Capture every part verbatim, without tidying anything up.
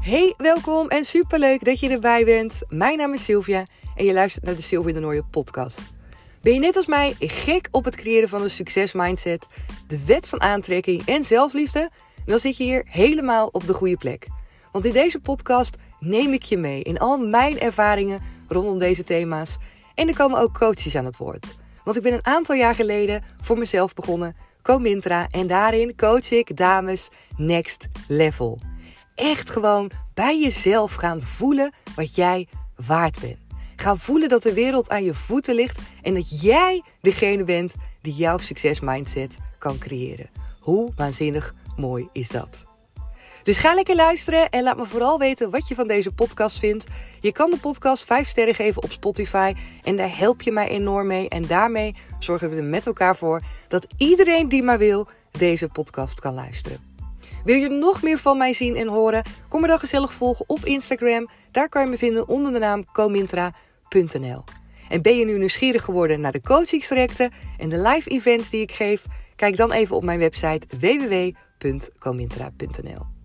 Hey, welkom en superleuk dat je erbij bent. Mijn naam is Sylvia en je luistert naar de Sylvia de Nooijen podcast. Ben je net als mij gek op het creëren van een succesmindset, de wet van aantrekking en zelfliefde? Dan zit je hier helemaal op de goede plek. Want in deze podcast neem ik je mee in al mijn ervaringen rondom deze thema's. En er komen ook coaches aan het woord. Want ik ben een aantal jaar geleden voor mezelf begonnen, Comintra, en daarin coach ik dames next level. Echt gewoon bij jezelf gaan voelen wat jij waard bent. Gaan voelen dat de wereld aan je voeten ligt en dat jij degene bent die jouw succesmindset kan creëren. Hoe waanzinnig mooi is dat? Dus ga lekker luisteren en laat me vooral weten wat je van deze podcast vindt. Je kan de podcast vijf sterren geven op Spotify en daar help je mij enorm mee. En daarmee zorgen we er met elkaar voor dat iedereen die maar wil deze podcast kan luisteren. Wil je nog meer van mij zien en horen? Kom me dan gezellig volgen op Instagram. Daar kan je me vinden onder de naam comintra punt n l. En ben je nu nieuwsgierig geworden naar de coachingstrajecten en de live events die ik geef? Kijk dan even op mijn website w w w punt comintra punt n l.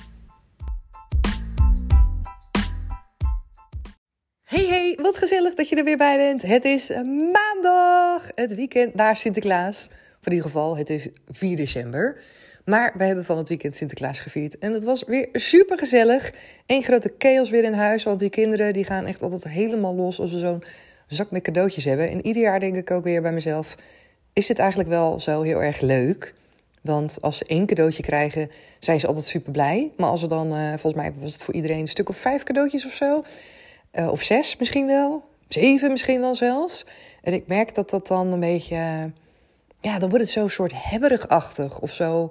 Hey hey, wat gezellig dat je er weer bij bent. Het is maandag, het weekend naar Sinterklaas. In ieder geval, het is vier december. Maar we hebben van het weekend Sinterklaas gevierd. En het was weer super gezellig. Eén grote chaos weer in huis. Want die kinderen die gaan echt altijd helemaal los als we zo'n zak met cadeautjes hebben. En ieder jaar denk ik ook weer bij mezelf, is het eigenlijk wel zo heel erg leuk? Want als ze één cadeautje krijgen, zijn ze altijd super blij. Maar als er dan, uh, volgens mij was het voor iedereen een stuk of vijf cadeautjes of zo. Uh, of zes misschien wel. Zeven misschien wel zelfs. En ik merk dat dat dan een beetje, Uh, ja, dan wordt het zo soort hebberigachtig of zo,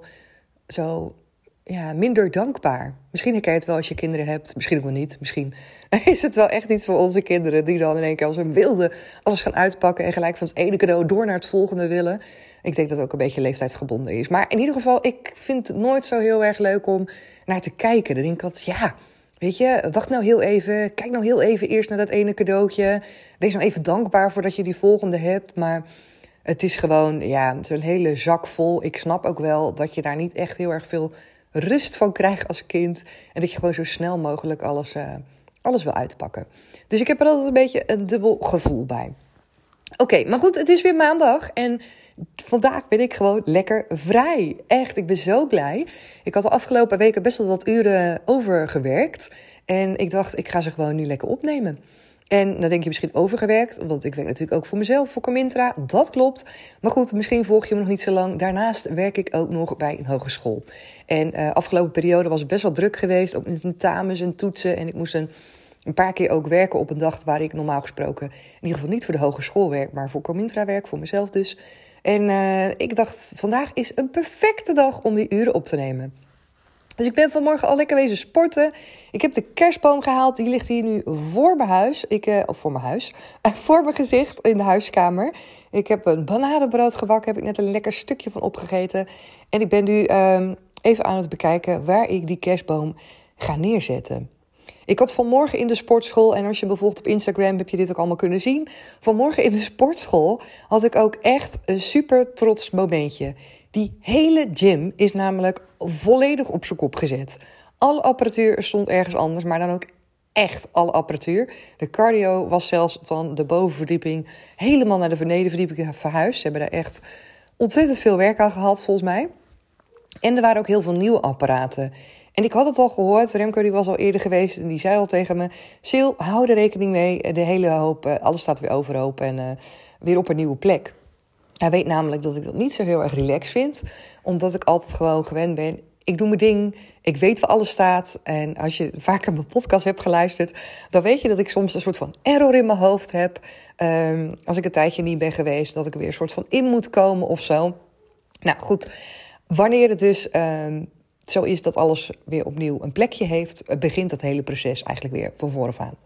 zo ja, minder dankbaar. Misschien herken je het wel als je kinderen hebt, misschien ook wel niet. Misschien is het wel echt iets voor onze kinderen die dan in één keer als een wilde alles gaan uitpakken en gelijk van het ene cadeau door naar het volgende willen. Ik denk dat het ook een beetje leeftijdsgebonden is. Maar in ieder geval, ik vind het nooit zo heel erg leuk om naar te kijken. Dan denk ik altijd, ja, weet je, wacht nou heel even. Kijk nou heel even eerst naar dat ene cadeautje. Wees nou even dankbaar voordat je die volgende hebt. Maar het is gewoon, ja, zo'n hele zak vol. Ik snap ook wel dat je daar niet echt heel erg veel rust van krijgt als kind. En dat je gewoon zo snel mogelijk alles, uh, alles wil uitpakken. Dus ik heb er altijd een beetje een dubbel gevoel bij. Oké, okay, maar goed, het is weer maandag. En vandaag ben ik gewoon lekker vrij. Echt, ik ben zo blij. Ik had de afgelopen weken best wel wat uren overgewerkt. En ik dacht, ik ga ze gewoon nu lekker opnemen. En dan denk je misschien overgewerkt, want ik werk natuurlijk ook voor mezelf, voor Comintra. Dat klopt. Maar goed, misschien volg je me nog niet zo lang. Daarnaast werk ik ook nog bij een hogeschool. En uh, afgelopen periode was het best wel druk geweest, ook met tentamens en toetsen. En ik moest een, een paar keer ook werken op een dag waar ik normaal gesproken, in ieder geval niet voor de hogeschool werk, maar voor Comintra werk, voor mezelf dus. En uh, ik dacht, vandaag is een perfecte dag om die uren op te nemen. Dus ik ben vanmorgen al lekker wezen sporten. Ik heb de kerstboom gehaald. Die ligt hier nu voor mijn huis. Ik, uh, of voor mijn huis. Uh, voor mijn gezicht in de huiskamer. Ik heb een bananenbrood gebakken. Heb ik net een lekker stukje van opgegeten. En ik ben nu um, even aan het bekijken waar ik die kerstboom ga neerzetten. Ik had vanmorgen in de sportschool, en als je me volgt op Instagram heb je dit ook allemaal kunnen zien. Vanmorgen in de sportschool had ik ook echt een super trots momentje. Die hele gym is namelijk volledig op zijn kop gezet. Alle apparatuur stond ergens anders, maar dan ook echt alle apparatuur. De cardio was zelfs van de bovenverdieping helemaal naar de benedenverdieping verhuisd. Ze hebben daar echt ontzettend veel werk aan gehad, volgens mij. En er waren ook heel veel nieuwe apparaten. En ik had het al gehoord, Remco die was al eerder geweest en die zei al tegen me, Sil, hou er rekening mee, de hele hoop, alles staat weer overhoop en uh, weer op een nieuwe plek. Hij weet namelijk dat ik dat niet zo heel erg relaxed vind, omdat ik altijd gewoon gewend ben. Ik doe mijn ding, ik weet waar alles staat. En als je vaker mijn podcast hebt geluisterd, dan weet je dat ik soms een soort van error in mijn hoofd heb. Um, als ik een tijdje niet ben geweest, dat ik er weer een soort van in moet komen of zo. Nou goed, wanneer het dus um, zo is dat alles weer opnieuw een plekje heeft, begint dat hele proces eigenlijk weer van vooraf aan.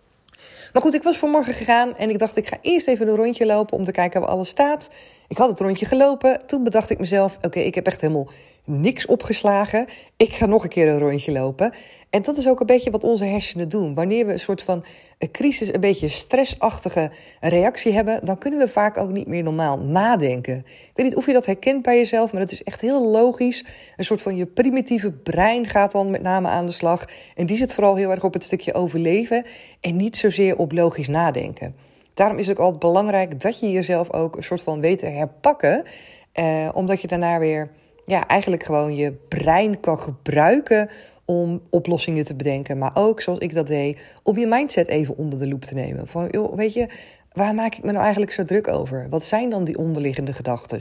Maar goed, ik was vanmorgen gegaan en ik dacht, ik ga eerst even een rondje lopen om te kijken waar alles staat. Ik had het rondje gelopen. Toen bedacht ik mezelf, oké, okay, ik heb echt helemaal niks opgeslagen. Ik ga nog een keer een rondje lopen. En dat is ook een beetje wat onze hersenen doen. Wanneer we een soort van een crisis, een beetje stressachtige reactie hebben, dan kunnen we vaak ook niet meer normaal nadenken. Ik weet niet of je dat herkent bij jezelf, maar dat is echt heel logisch. Een soort van je primitieve brein gaat dan met name aan de slag. En die zit vooral heel erg op het stukje overleven en niet zozeer op logisch nadenken. Daarom is het ook altijd belangrijk dat je jezelf ook een soort van weet te herpakken. Eh, omdat je daarna weer ja, eigenlijk gewoon je brein kan gebruiken om oplossingen te bedenken. Maar ook, zoals ik dat deed, om je mindset even onder de loep te nemen. Van, joh, weet je, waar maak ik me nou eigenlijk zo druk over? Wat zijn dan die onderliggende gedachten?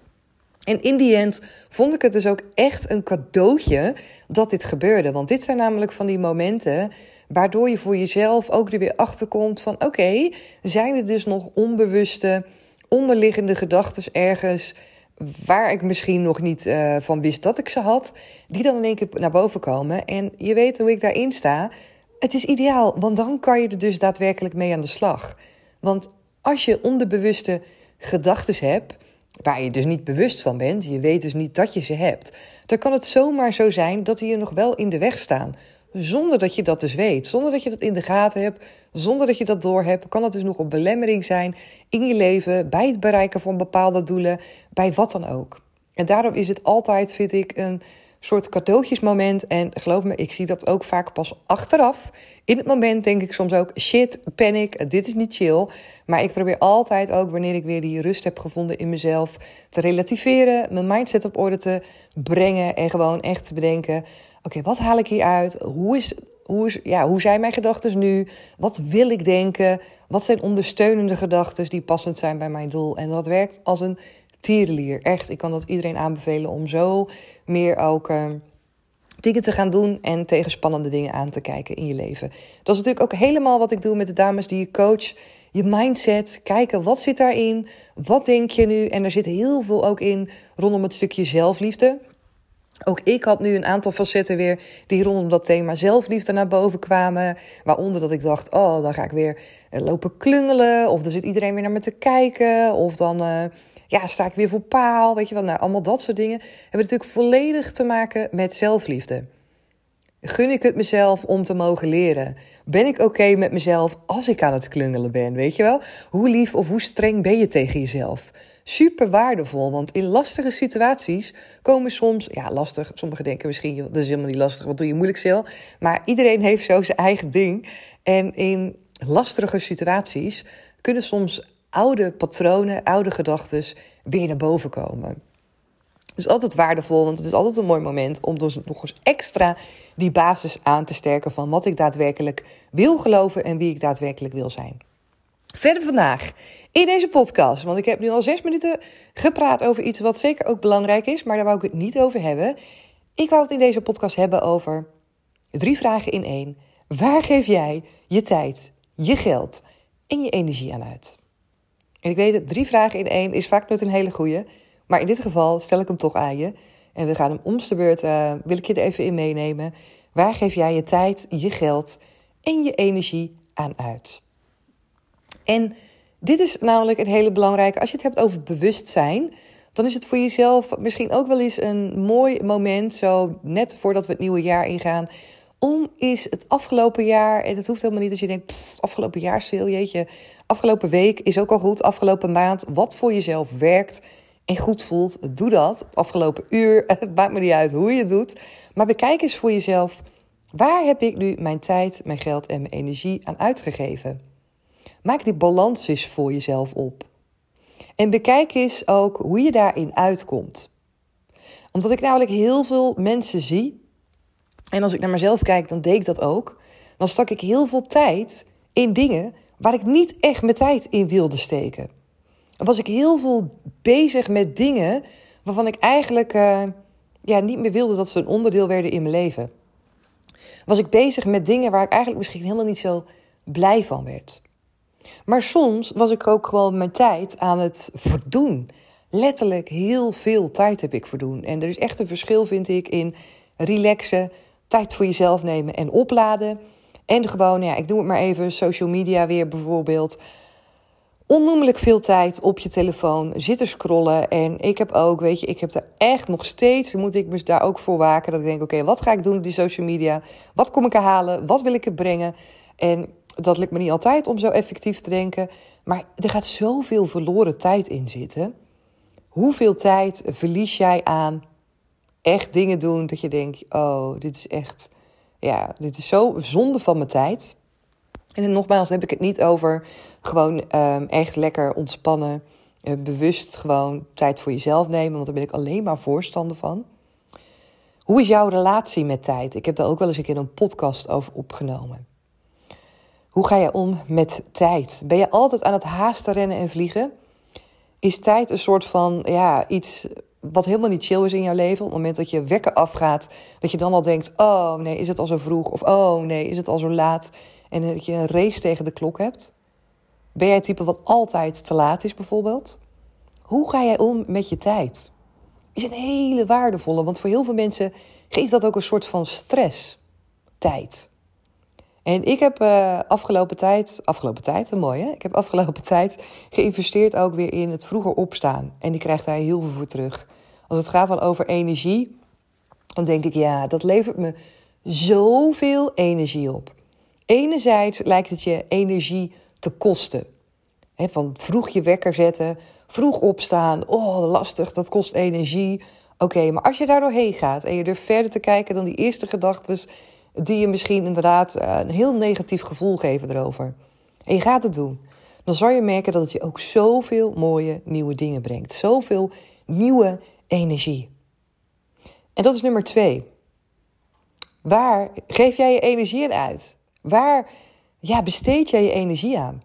En in die end vond ik het dus ook echt een cadeautje dat dit gebeurde. Want dit zijn namelijk van die momenten waardoor je voor jezelf ook er weer achter komt van oké, okay, zijn er dus nog onbewuste, onderliggende gedachten ergens waar ik misschien nog niet uh, van wist dat ik ze had, die dan in één keer naar boven komen. En je weet hoe ik daarin sta. Het is ideaal, want dan kan je er dus daadwerkelijk mee aan de slag. Want als je onderbewuste gedachten hebt, waar je dus niet bewust van bent, je weet dus niet dat je ze hebt, dan kan het zomaar zo zijn dat die je nog wel in de weg staan. Zonder dat je dat dus weet, zonder dat je dat in de gaten hebt, zonder dat je dat doorhebt, kan het dus nog een belemmering zijn in je leven, bij het bereiken van bepaalde doelen, bij wat dan ook. En daarom is het altijd, vind ik, een soort cadeautjesmoment. En geloof me, ik zie dat ook vaak pas achteraf. In het moment denk ik soms ook, shit, panic, dit is niet chill. Maar ik probeer altijd ook, wanneer ik weer die rust heb gevonden in mezelf, te relativeren, mijn mindset op orde te brengen en gewoon echt te bedenken, oké, okay, wat haal ik hieruit? Hoe is, hoe is, ja, hoe zijn mijn gedachten nu? Wat wil ik denken? Wat zijn ondersteunende gedachten die passend zijn bij mijn doel? En dat werkt als een tierenlier. Echt, ik kan dat iedereen aanbevelen om zo meer ook uh, dingen te gaan doen en tegen spannende dingen aan te kijken in je leven. Dat is natuurlijk ook helemaal wat ik doe met de dames die je coach. Je mindset, kijken wat zit daarin? Wat denk je nu? En er zit heel veel ook in rondom het stukje zelfliefde. Ook ik had nu een aantal facetten weer die rondom dat thema zelfliefde naar boven kwamen. Waaronder dat ik dacht, oh, dan ga ik weer lopen klungelen. Of er zit iedereen weer naar me te kijken. Of dan uh, ja, sta ik weer voor paal. Weet je wel, nou, allemaal dat soort dingen hebben natuurlijk volledig te maken met zelfliefde. Gun ik het mezelf om te mogen leren? Ben ik oké okay met mezelf als ik aan het klungelen ben? Weet je wel? Hoe lief of hoe streng ben je tegen jezelf? Super waardevol, want in lastige situaties komen soms, ja lastig, sommigen denken misschien, joh, dat is helemaal niet lastig, wat doe je moeilijk Sil? Maar iedereen heeft zo zijn eigen ding. En in lastige situaties kunnen soms oude patronen, oude gedachten weer naar boven komen. Het is altijd waardevol, want het is altijd een mooi moment om dus nog eens extra die basis aan te sterken van wat ik daadwerkelijk wil geloven en wie ik daadwerkelijk wil zijn. Verder vandaag in deze podcast, want ik heb nu al zes minuten gepraat over iets wat zeker ook belangrijk is, maar daar wou ik het niet over hebben. Ik wou het in deze podcast hebben over drie vragen in één. Waar geef jij je tijd, je geld en je energie aan uit? En ik weet het, drie vragen in één is vaak nooit een hele goeie, maar in dit geval stel ik hem toch aan je. En we gaan hem om de beurt, uh, wil ik je er even in meenemen. Waar geef jij je tijd, je geld en je energie aan uit? En dit is namelijk een hele belangrijke, als je het hebt over bewustzijn, dan is het voor jezelf misschien ook wel eens een mooi moment, zo net voordat we het nieuwe jaar ingaan, om is het afgelopen jaar, en het hoeft helemaal niet als je denkt, pff, afgelopen jaar Sil, jeetje, afgelopen week is ook al goed, afgelopen maand, wat voor jezelf werkt en goed voelt, doe dat. Het afgelopen uur, het maakt me niet uit hoe je het doet, maar bekijk eens voor jezelf, waar heb ik nu mijn tijd, mijn geld en mijn energie aan uitgegeven? Maak die balans eens voor jezelf op. En bekijk eens ook hoe je daarin uitkomt. Omdat ik namelijk heel veel mensen zie, en als ik naar mezelf kijk, dan deed ik dat ook. Dan stak ik heel veel tijd in dingen waar ik niet echt mijn tijd in wilde steken. Dan was ik heel veel bezig met dingen waarvan ik eigenlijk uh, ja, niet meer wilde dat ze een onderdeel werden in mijn leven. Was ik bezig met dingen waar ik eigenlijk misschien helemaal niet zo blij van werd. Maar soms was ik ook gewoon mijn tijd aan het verdoen. Letterlijk heel veel tijd heb ik verdoen. En er is echt een verschil, vind ik, in relaxen, tijd voor jezelf nemen en opladen. En gewoon, ja, ik noem het maar even, social media weer bijvoorbeeld onnoemelijk veel tijd op je telefoon zitten scrollen. En ik heb ook, weet je, ik heb daar echt nog steeds, moet ik me daar ook voor waken. Dat ik denk, oké, okay, wat ga ik doen op die social media? Wat kom ik er halen? Wat wil ik er brengen? En dat lukt me niet altijd om zo effectief te denken. Maar er gaat zoveel verloren tijd in zitten. Hoeveel tijd verlies jij aan echt dingen doen dat je denkt, oh, dit is echt, ja, dit is zo zonde van mijn tijd. En dan nogmaals heb ik het niet over gewoon um, echt lekker ontspannen, uh, bewust gewoon tijd voor jezelf nemen, want daar ben ik alleen maar voorstander van. Hoe is jouw relatie met tijd? Ik heb daar ook wel eens een keer een podcast over opgenomen. Hoe ga je om met tijd? Ben je altijd aan het haasten, rennen en vliegen? Is tijd een soort van, ja, iets wat helemaal niet chill is in jouw leven? Op het moment dat je wekker afgaat, dat je dan al denkt, oh nee, is het al zo vroeg? Of oh nee, is het al zo laat? En dat je een race tegen de klok hebt? Ben jij het type wat altijd te laat is bijvoorbeeld? Hoe ga jij om met je tijd? Is een hele waardevolle, want voor heel veel mensen geeft dat ook een soort van stress. Tijd. En ik heb uh, afgelopen tijd, afgelopen tijd, een mooi hè? Ik heb afgelopen tijd geïnvesteerd ook weer in het vroeger opstaan. En ik krijg daar heel veel voor terug. Als het gaat dan over energie, dan denk ik, ja, dat levert me zoveel energie op. Enerzijds lijkt het je energie te kosten. He, van vroeg je wekker zetten, vroeg opstaan, oh lastig, dat kost energie. Oké, okay, maar als je daar doorheen gaat en je durft verder te kijken dan die eerste gedachten die je misschien inderdaad een heel negatief gevoel geven erover. En je gaat het doen. Dan zal je merken dat het je ook zoveel mooie nieuwe dingen brengt. Zoveel nieuwe energie. En dat is nummer twee. Waar geef jij je energie aan uit? Waar ja, besteed jij je energie aan?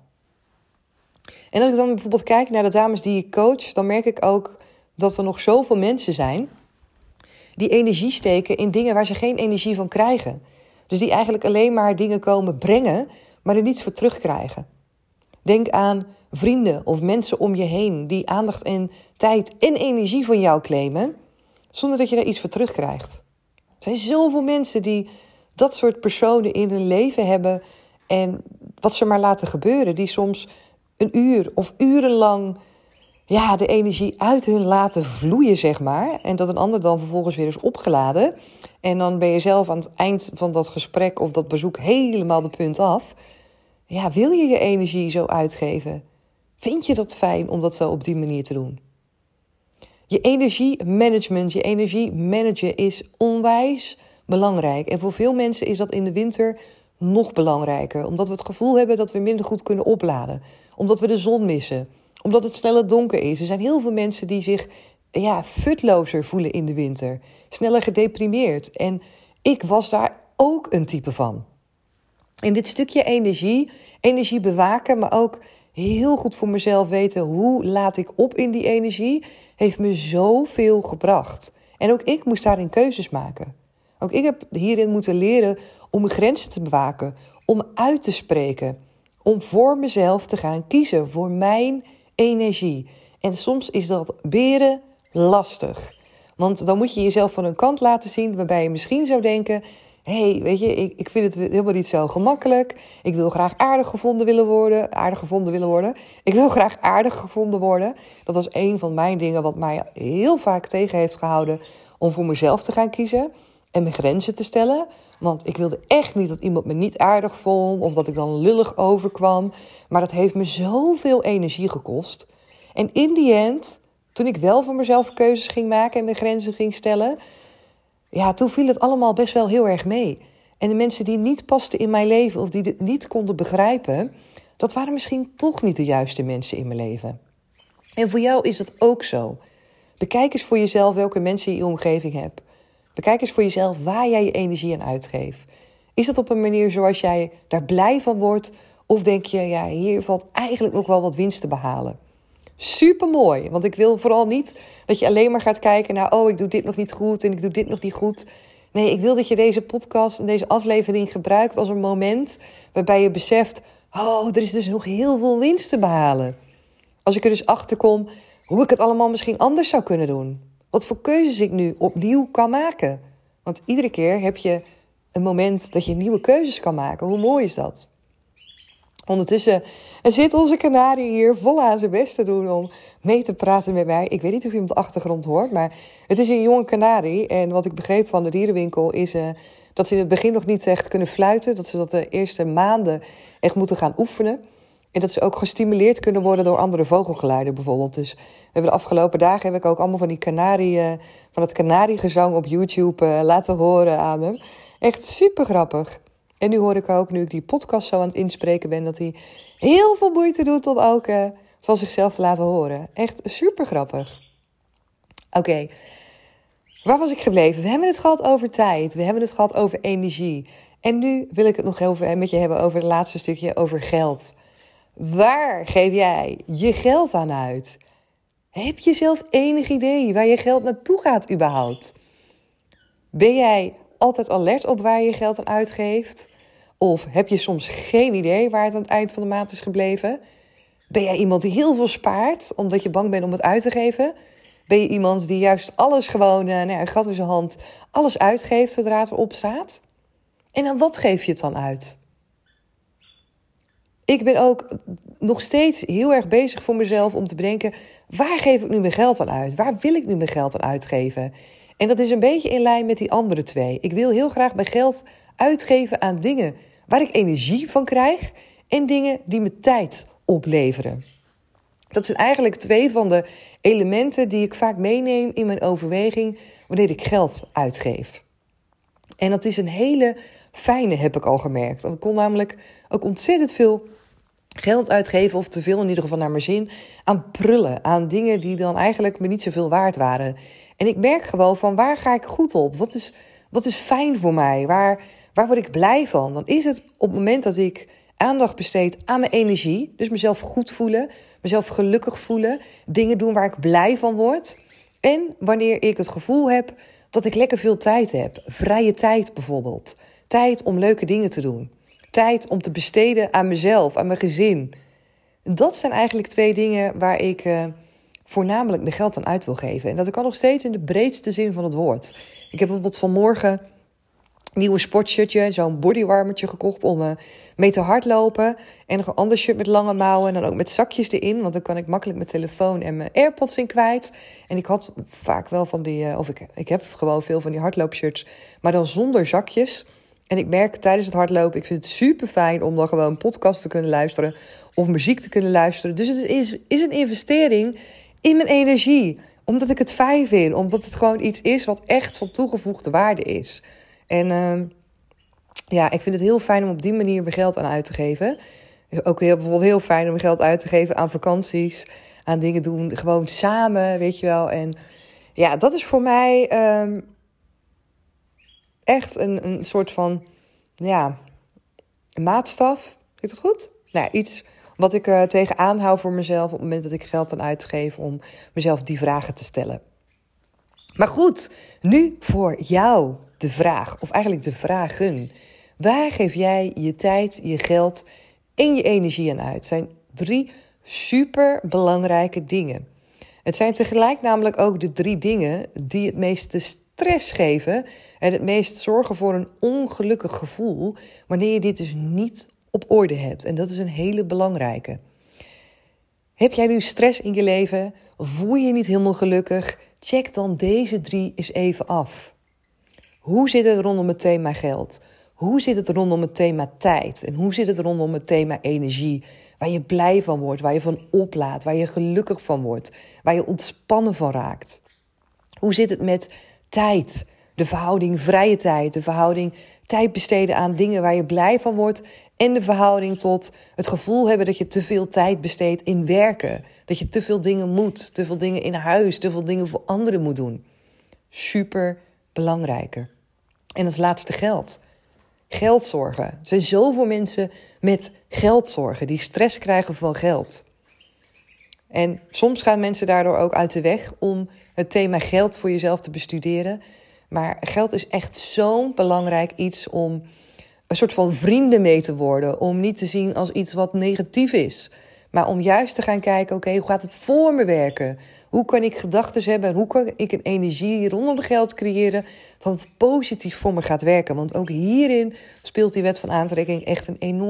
En als ik dan bijvoorbeeld kijk naar de dames die ik coach, dan merk ik ook dat er nog zoveel mensen zijn die energie steken in dingen waar ze geen energie van krijgen. Dus die eigenlijk alleen maar dingen komen brengen, maar er niets voor terugkrijgen. Denk aan vrienden of mensen om je heen die aandacht en tijd en energie van jou claimen, zonder dat je daar iets voor terugkrijgt. Er zijn zoveel mensen die dat soort personen in hun leven hebben en wat ze maar laten gebeuren, die soms een uur of urenlang ja, de energie uit hun laten vloeien, zeg maar. En dat een ander dan vervolgens weer is opgeladen. En dan ben je zelf aan het eind van dat gesprek of dat bezoek helemaal de punt af. Ja, wil je je energie zo uitgeven? Vind je dat fijn om dat zo op die manier te doen? Je energiemanagement, je energie managen is onwijs belangrijk. En voor veel mensen is dat in de winter nog belangrijker. Omdat we het gevoel hebben dat we minder goed kunnen opladen. Omdat we de zon missen. Omdat het sneller donker is. Er zijn heel veel mensen die zich ja, futlozer voelen in de winter. Sneller gedeprimeerd. En ik was daar ook een type van. En dit stukje energie, energie bewaken, maar ook heel goed voor mezelf weten hoe laat ik op in die energie, heeft me zoveel gebracht. En ook ik moest daarin keuzes maken. Ook ik heb hierin moeten leren om mijn grenzen te bewaken, om uit te spreken, om voor mezelf te gaan kiezen voor mijn energie. En soms is dat beren lastig. Want dan moet je jezelf van een kant laten zien waarbij je misschien zou denken, hé, hey, weet je, ik, ik vind het helemaal niet zo gemakkelijk. Ik wil graag aardig gevonden willen worden. Aardig gevonden willen worden. Ik wil graag aardig gevonden worden. Dat was een van mijn dingen wat mij heel vaak tegen heeft gehouden om voor mezelf te gaan kiezen en mijn grenzen te stellen. Want ik wilde echt niet dat iemand me niet aardig vond of dat ik dan lullig overkwam. Maar dat heeft me zoveel energie gekost. En in die end, toen ik wel voor mezelf keuzes ging maken en mijn grenzen ging stellen, ja, toen viel het allemaal best wel heel erg mee. En de mensen die niet pasten in mijn leven of die het niet konden begrijpen, dat waren misschien toch niet de juiste mensen in mijn leven. En voor jou is dat ook zo. Bekijk eens voor jezelf welke mensen je in je omgeving hebt. Bekijk eens voor jezelf waar jij je energie aan uitgeeft. Is dat op een manier zoals jij daar blij van wordt? Of denk je, ja, hier valt eigenlijk nog wel wat winst te behalen? Supermooi, want ik wil vooral niet dat je alleen maar gaat kijken naar, oh, ik doe dit nog niet goed en ik doe dit nog niet goed. Nee, ik wil dat je deze podcast en deze aflevering gebruikt als een moment waarbij je beseft, oh, er is dus nog heel veel winst te behalen. Als ik er dus achter kom hoe ik het allemaal misschien anders zou kunnen doen. Wat voor keuzes ik nu opnieuw kan maken. Want iedere keer heb je een moment dat je nieuwe keuzes kan maken. Hoe mooi is dat? Ondertussen zit onze kanarie hier vol aan zijn best te doen om mee te praten met mij. Ik weet niet of je hem op de achtergrond hoort, maar het is een jonge kanarie. En wat ik begreep van de dierenwinkel is uh, dat ze in het begin nog niet echt kunnen fluiten. Dat ze dat de eerste maanden echt moeten gaan oefenen. En dat ze ook gestimuleerd kunnen worden door andere vogelgeluiden bijvoorbeeld. Dus we hebben de afgelopen dagen heb ik ook allemaal van die kanarie, uh, van het kanariegezang op YouTube uh, laten horen aan hem. Echt super grappig. En nu hoor ik ook, nu ik die podcast zo aan het inspreken ben, dat hij heel veel moeite doet om ook uh, van zichzelf te laten horen. Echt super grappig. Oké, okay. Waar was ik gebleven? We hebben het gehad over tijd. We hebben het gehad over energie. En nu wil ik het nog even met je hebben over het laatste stukje, over geld. Waar geef jij je geld aan uit? Heb je zelf enig idee waar je geld naartoe gaat überhaupt? Ben jij altijd alert op waar je je geld aan uitgeeft? Of heb je soms geen idee waar het aan het eind van de maand is gebleven? Ben jij iemand die heel veel spaart omdat je bang bent om het uit te geven? Ben je iemand die juist alles gewoon, uh, nou ja, een gat in zijn hand, alles uitgeeft zodra het erop staat? En aan wat geef je het dan uit? Ik ben ook nog steeds heel erg bezig voor mezelf om te bedenken, waar geef ik nu mijn geld aan uit? Waar wil ik nu mijn geld aan uitgeven? En dat is een beetje in lijn met die andere twee. Ik wil heel graag mijn geld uitgeven aan dingen waar ik energie van krijg en dingen die me tijd opleveren. Dat zijn eigenlijk twee van de elementen die ik vaak meeneem in mijn overweging wanneer ik geld uitgeef. En dat is een hele fijne, heb ik al gemerkt. Want ik kon namelijk ook ontzettend veel geld uitgeven, of te veel in ieder geval naar mijn zin, aan prullen, aan dingen die dan eigenlijk me niet zoveel waard waren. En ik merk gewoon van, waar ga ik goed op? Wat is, wat is fijn voor mij? Waar, waar word ik blij van? Dan is het op het moment dat ik aandacht besteed aan mijn energie, dus mezelf goed voelen, mezelf gelukkig voelen, dingen doen waar ik blij van word. En wanneer ik het gevoel heb dat ik lekker veel tijd heb, vrije tijd bijvoorbeeld, tijd om leuke dingen te doen, tijd om te besteden aan mezelf, aan mijn gezin. Dat zijn eigenlijk twee dingen waar ik uh, voornamelijk mijn geld aan uit wil geven. En dat kan nog steeds in de breedste zin van het woord. Ik heb bijvoorbeeld vanmorgen een nieuwe sportshirtje, zo'n bodywarmertje gekocht om uh, mee te hardlopen. En nog een ander shirt met lange mouwen en dan ook met zakjes erin. Want dan kan ik makkelijk mijn telefoon en mijn AirPods in kwijt. En ik had vaak wel van die, uh, of ik, ik heb gewoon veel van die hardloopshirts, maar dan zonder zakjes. En ik merk tijdens het hardlopen, ik vind het super fijn om dan gewoon een podcast te kunnen luisteren of muziek te kunnen luisteren. Dus het is, is een investering in mijn energie. Omdat ik het fijn vind, omdat het gewoon iets is wat echt van toegevoegde waarde is. En uh, ja, ik vind het heel fijn om op die manier mijn geld aan uit te geven. Ook heel, bijvoorbeeld heel fijn om mijn geld uit te geven aan vakanties, aan dingen doen, gewoon samen, weet je wel. En ja, dat is voor mij Um, echt een, een soort van, ja, een maatstaf. Vind ik dat goed? Nou, iets wat ik uh, tegenaan hou voor mezelf op het moment dat ik geld aan uitgeef om mezelf die vragen te stellen. Maar goed, nu voor jou de vraag, of eigenlijk de vragen. Waar geef jij je tijd, je geld en je energie aan uit? Het zijn drie super belangrijke dingen. Het zijn tegelijk namelijk ook de drie dingen die het meeste stress geven en het meest zorgen voor een ongelukkig gevoel wanneer je dit dus niet op orde hebt. En dat is een hele belangrijke. Heb jij nu stress in je leven? Voel je je niet helemaal gelukkig? Check dan deze drie eens even af. Hoe zit het rondom het thema geld? Hoe zit het rondom het thema tijd? En hoe zit het rondom het thema energie? Waar je blij van wordt, waar je van oplaat, waar je gelukkig van wordt, waar je ontspannen van raakt. Hoe zit het met tijd? De verhouding vrije tijd, de verhouding tijd besteden aan dingen waar je blij van wordt en de verhouding tot het gevoel hebben dat je te veel tijd besteedt in werken. Dat je te veel dingen moet, te veel dingen in huis, te veel dingen voor anderen moet doen. Super belangrijke. En als laatste geld. Geldzorgen. Er zijn zoveel mensen met geldzorgen die stress krijgen van geld. En soms gaan mensen daardoor ook uit de weg om het thema geld voor jezelf te bestuderen. Maar geld is echt zo'n belangrijk iets om een soort van vrienden mee te worden. Om niet te zien als iets wat negatief is. Maar om juist te gaan kijken, oké, okay, hoe gaat het voor me werken? Hoe kan ik gedachten hebben en hoe kan ik een energie rondom het geld creëren dat het positief voor me gaat werken? Want ook hierin speelt die wet van aantrekking echt een enorm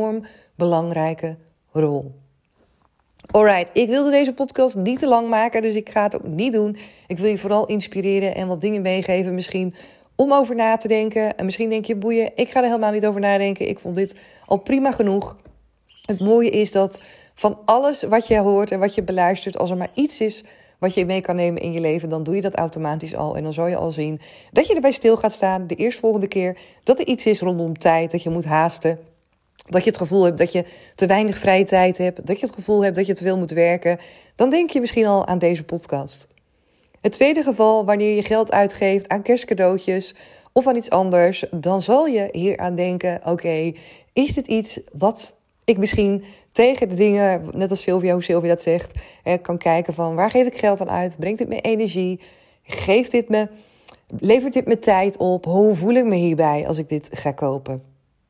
belangrijke rol. Alright, ik wilde deze podcast niet te lang maken, dus ik ga het ook niet doen. Ik wil je vooral inspireren en wat dingen meegeven misschien om over na te denken. En misschien denk je, boeien, ik ga er helemaal niet over nadenken. Ik vond dit al prima genoeg. Het mooie is dat van alles wat je hoort en wat je beluistert, als er maar iets is wat je mee kan nemen in je leven, dan doe je dat automatisch al. En dan zal je al zien dat je erbij stil gaat staan de eerstvolgende keer dat er iets is rondom tijd, dat je moet haasten. Dat je het gevoel hebt dat je te weinig vrije tijd hebt. Dat je het gevoel hebt dat je te veel moet werken. Dan denk je misschien al aan deze podcast. Het tweede geval, wanneer je geld uitgeeft aan kerstcadeautjes of aan iets anders, dan zal je hier aan denken, oké, okay, is dit iets wat ik misschien tegen de dingen, net als Sylvia, hoe Sylvia dat zegt, kan kijken van waar geef ik geld aan uit? Brengt dit me energie? Geeft dit me, levert dit me tijd op? Hoe voel ik me hierbij als ik dit ga kopen?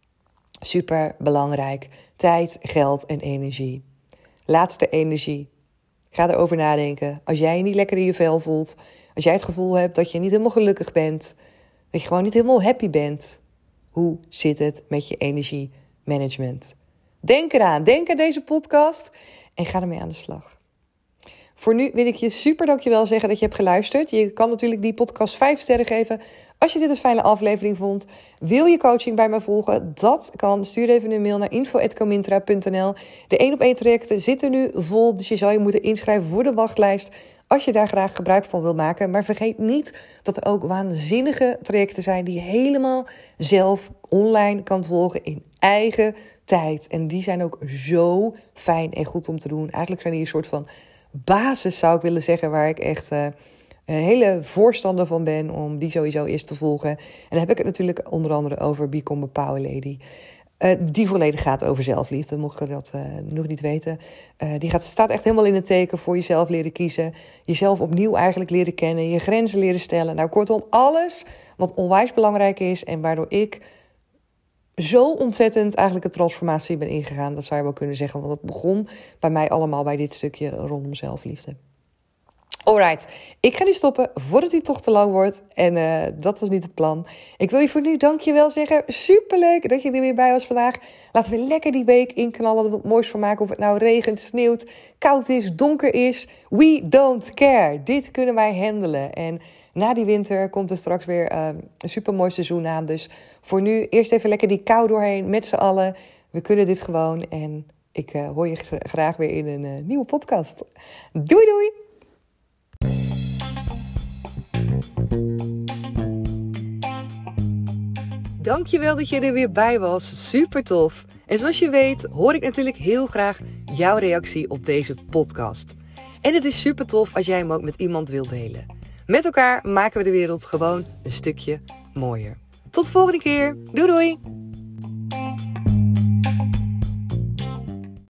Super belangrijk. Tijd, geld en energie. Laatste energie. Ga erover nadenken. Als jij je niet lekker in je vel voelt, als jij het gevoel hebt dat je niet helemaal gelukkig bent, dat je gewoon niet helemaal happy bent, hoe zit het met je energiemanagement? Denk eraan, denk aan deze podcast en ga ermee aan de slag. Voor nu wil ik je super dankjewel zeggen dat je hebt geluisterd. Je kan natuurlijk die podcast vijf sterren geven als je dit een fijne aflevering vond. Wil je coaching bij mij volgen? Dat kan. Stuur even een mail naar info at comintra punt n l. De één op één trajecten zitten nu vol, dus je zal je moeten inschrijven voor de wachtlijst als je daar graag gebruik van wil maken. Maar vergeet niet dat er ook waanzinnige trajecten zijn die je helemaal zelf online kan volgen in eigen tijd. En die zijn ook zo fijn en goed om te doen. Eigenlijk zijn die een soort van basis, zou ik willen zeggen, waar ik echt uh, een hele voorstander van ben om die sowieso eerst te volgen. En dan heb ik het natuurlijk onder andere over Become a Power Lady. Uh, die volledig gaat over zelfliefde, mocht je dat uh, nog niet weten. Uh, die gaat, staat echt helemaal in het teken voor jezelf leren kiezen. Jezelf opnieuw eigenlijk leren kennen, je grenzen leren stellen. Nou, kortom, alles wat onwijs belangrijk is en waardoor ik zo ontzettend eigenlijk een transformatie ben ingegaan. Dat zou je wel kunnen zeggen, want het begon bij mij allemaal bij dit stukje rondom zelfliefde. Alright, ik ga nu stoppen voordat die toch te lang wordt. En uh, dat was niet het plan. Ik wil je voor nu dankjewel zeggen. Superleuk dat je er weer bij was vandaag. Laten we lekker die week inknallen. Er wat moois van maken. Of het nou regent, sneeuwt, koud is, donker is. We don't care. Dit kunnen wij handelen. En na die winter komt er straks weer uh, een supermooi seizoen aan. Dus voor nu eerst even lekker die kou doorheen met z'n allen. We kunnen dit gewoon. En ik uh, hoor je graag weer in een uh, nieuwe podcast. Doei doei! Dankjewel dat je er weer bij was. Super tof. En zoals je weet hoor ik natuurlijk heel graag jouw reactie op deze podcast. En het is super tof als jij hem ook met iemand wilt delen. Met elkaar maken we de wereld gewoon een stukje mooier. Tot de volgende keer. Doei doei!